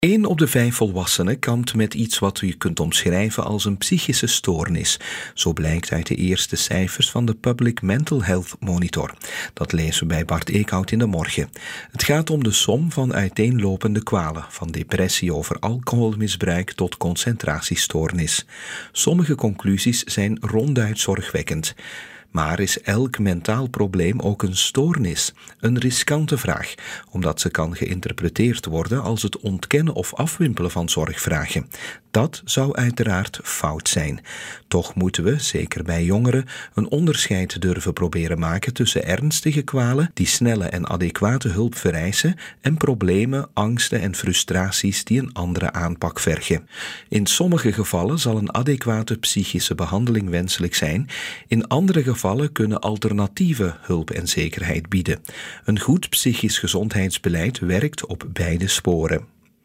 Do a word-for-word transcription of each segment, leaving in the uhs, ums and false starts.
Eén op de vijf volwassenen kampt met iets wat je kunt omschrijven als een psychische stoornis. Zo blijkt uit de eerste cijfers van de Public Mental Health Monitor. Dat lezen we bij Bart Eekhout in de morgen. Het gaat om de som van uiteenlopende kwalen, van depressie over alcoholmisbruik tot concentratiestoornis. Sommige conclusies zijn ronduit zorgwekkend. Maar is elk mentaal probleem ook een stoornis? Een riskante vraag, omdat ze kan geïnterpreteerd worden als het ontkennen of afwimpelen van zorgvragen. Dat zou uiteraard fout zijn. Toch moeten we, zeker bij jongeren, een onderscheid durven proberen maken tussen ernstige kwalen die snelle en adequate hulp vereisen en problemen, angsten en frustraties die een andere aanpak vergen. In sommige gevallen zal een adequate psychische behandeling wenselijk zijn, in andere gevallen kunnen alternatieve hulp en zekerheid bieden. Een goed psychisch gezondheidsbeleid werkt op beide sporen.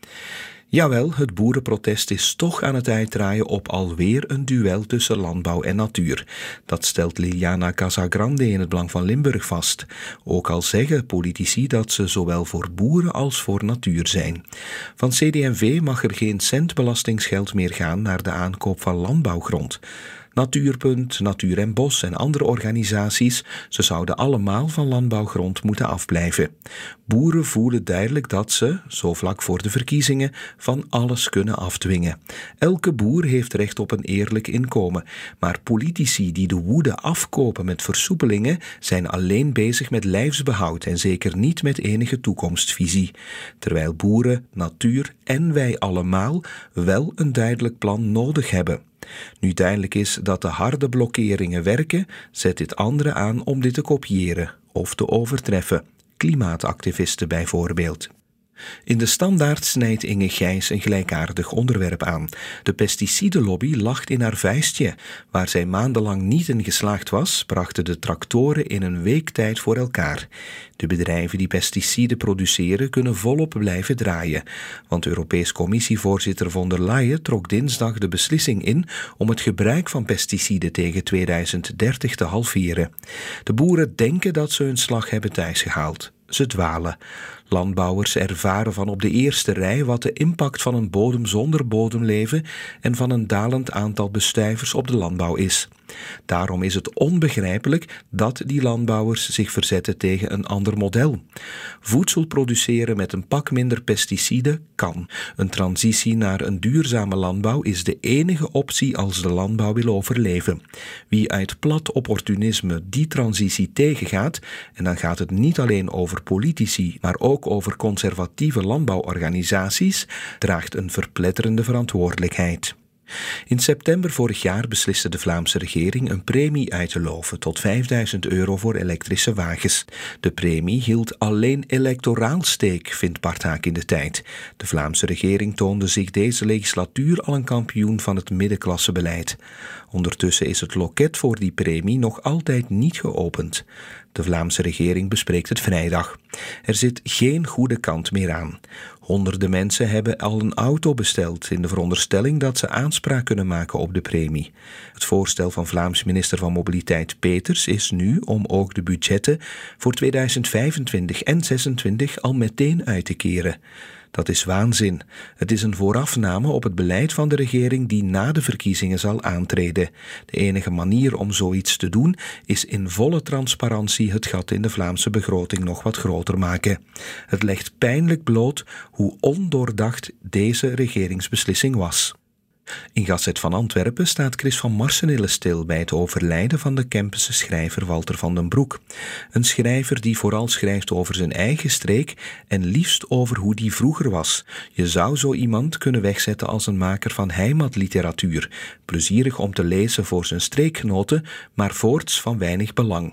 Jawel, het boerenprotest is toch aan het uitdraaien op alweer een duel tussen landbouw en natuur. Dat stelt Liliana Casagrande in het Belang van Limburg vast. Ook al zeggen politici dat ze zowel voor boeren als voor natuur zijn. Van C D en V mag er geen cent belastingsgeld meer gaan naar de aankoop van landbouwgrond. Natuurpunt, Natuur en Bos en andere organisaties, ze zouden allemaal van landbouwgrond moeten afblijven. Boeren voelen duidelijk dat ze, zo vlak voor de verkiezingen, van alles kunnen afdwingen. Elke boer heeft recht op een eerlijk inkomen, maar politici die de woede afkopen met versoepelingen zijn alleen bezig met lijfsbehoud en zeker niet met enige toekomstvisie. Terwijl boeren, natuur en wij allemaal wel een duidelijk plan nodig hebben. Nu duidelijk is dat de harde blokkeringen werken, zet dit anderen aan om dit te kopiëren of te overtreffen. Klimaatactivisten bijvoorbeeld. In de Standaard snijdt Inge Gijs een gelijkaardig onderwerp aan. De pesticidenlobby lacht in haar vuistje. Waar zij maandenlang niet in geslaagd was, brachten de tractoren in een week tijd voor elkaar. De bedrijven die pesticiden produceren kunnen volop blijven draaien. Want Europees Commissievoorzitter von der Leyen trok dinsdag de beslissing in om het gebruik van pesticiden tegen tweeduizend dertig te halveren. De boeren denken dat ze hun slag hebben thuisgehaald. Ze dwalen. Landbouwers ervaren van op de eerste rij wat de impact van een bodem zonder bodemleven en van een dalend aantal bestuivers op de landbouw is. Daarom is het onbegrijpelijk dat die landbouwers zich verzetten tegen een ander model. Voedsel produceren met een pak minder pesticiden kan. Een transitie naar een duurzame landbouw is de enige optie als de landbouw wil overleven. Wie uit plat opportunisme die transitie tegengaat, en dan gaat het niet alleen over politici, maar ook over conservatieve landbouworganisaties, draagt een verpletterende verantwoordelijkheid. In september vorig jaar besliste de Vlaamse regering een premie uit te loven tot vijfduizend euro voor elektrische wagens. De premie hield alleen electoraal steek, vindt Bart Haak in de Tijd. De Vlaamse regering toonde zich deze legislatuur al een kampioen van het middenklassebeleid. Ondertussen is het loket voor die premie nog altijd niet geopend. De Vlaamse regering bespreekt het vrijdag. Er zit geen goede kant meer aan. Honderden mensen hebben al een auto besteld in de veronderstelling dat ze aanspraak kunnen maken op de premie. Het voorstel van Vlaams minister van Mobiliteit Peters is nu om ook de budgetten voor tweeduizend vijfentwintig en zesentwintig al meteen uit te keren. Dat is waanzin. Het is een voorafname op het beleid van de regering die na de verkiezingen zal aantreden. De enige manier om zoiets te doen is in volle transparantie het gat in de Vlaamse begroting nog wat groter maken. Het legt pijnlijk bloot hoe ondoordacht deze regeringsbeslissing was. In Gazet van Antwerpen staat Chris van Marsenille stil bij het overlijden van de Kempense schrijver Walter van den Broek. Een schrijver die vooral schrijft over zijn eigen streek en liefst over hoe die vroeger was. Je zou zo iemand kunnen wegzetten als een maker van heimatliteratuur. Plezierig om te lezen voor zijn streekgenoten, maar voorts van weinig belang.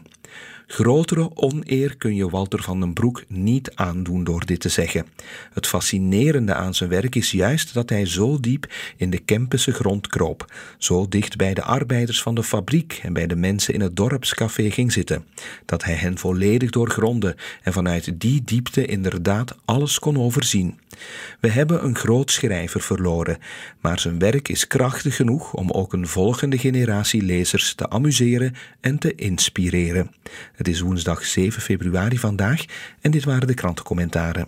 Grotere oneer kun je Walter van den Broek niet aandoen door dit te zeggen. Het fascinerende aan zijn werk is juist dat hij zo diep in de Kempense grond kroop, zo dicht bij de arbeiders van de fabriek en bij de mensen in het dorpscafé ging zitten, dat hij hen volledig doorgrondde en vanuit die diepte inderdaad alles kon overzien. We hebben een groot schrijver verloren, maar zijn werk is krachtig genoeg om ook een volgende generatie lezers te amuseren en te inspireren. Het is woensdag zeven februari vandaag en dit waren de krantencommentaren.